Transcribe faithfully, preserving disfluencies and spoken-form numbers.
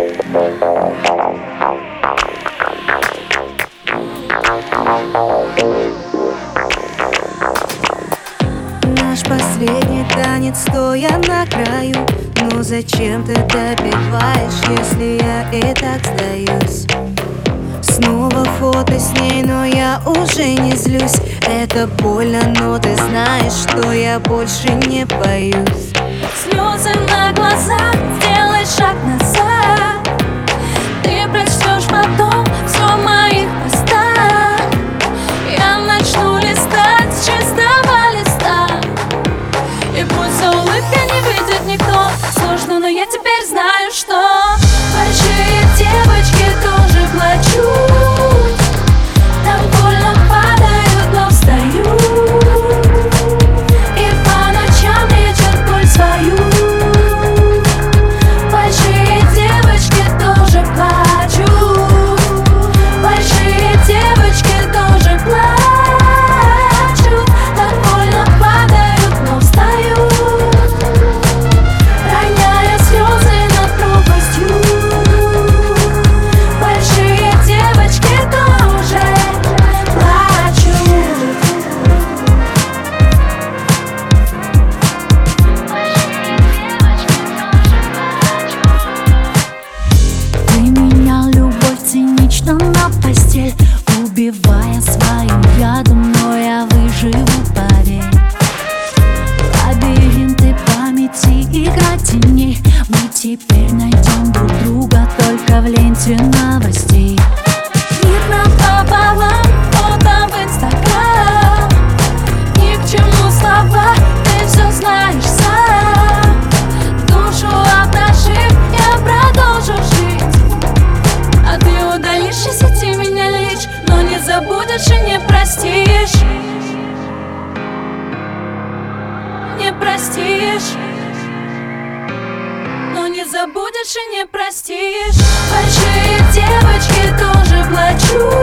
Наш последний танец, стоя на краю. Ну зачем ты добиваешь, если я и так сдаюсь? Снова фото с ней, но я уже не злюсь. Это больно, но ты знаешь, что я больше не боюсь. Слезы на глазах, сделай шаг назад. Ты прочтешь потом все в моих постах. Я начну листать с чистого листа. И пусть за улыбкой не выйдет никто. Сложно, но я теперь знаю, что большие девочки тоже плачут. Там больно падают, но встают. И по ночам лечат боль свою. Большие девочки тоже плачут. Большие девочки тоже плачут. Так больно падают, но встают, роняя слезы над пропастью. Большие девочки тоже плачут. Ты менял любовь цинично на постель, убивая своим ядом, но я выживу, поверь. Лабиринты памяти, игра теней. Мы теперь найдем друг друга только в ленте новостей. Мир напополам, фото в Инстаграм. Ни к чему слова, ты все знаешь сам. Душу обнажив, я продолжу жить. А ты удалишь из сети меня лишь, но не забудешь и не простишь. Не простишь, но не забудешь и не простишь. Большие девочки тоже плачут.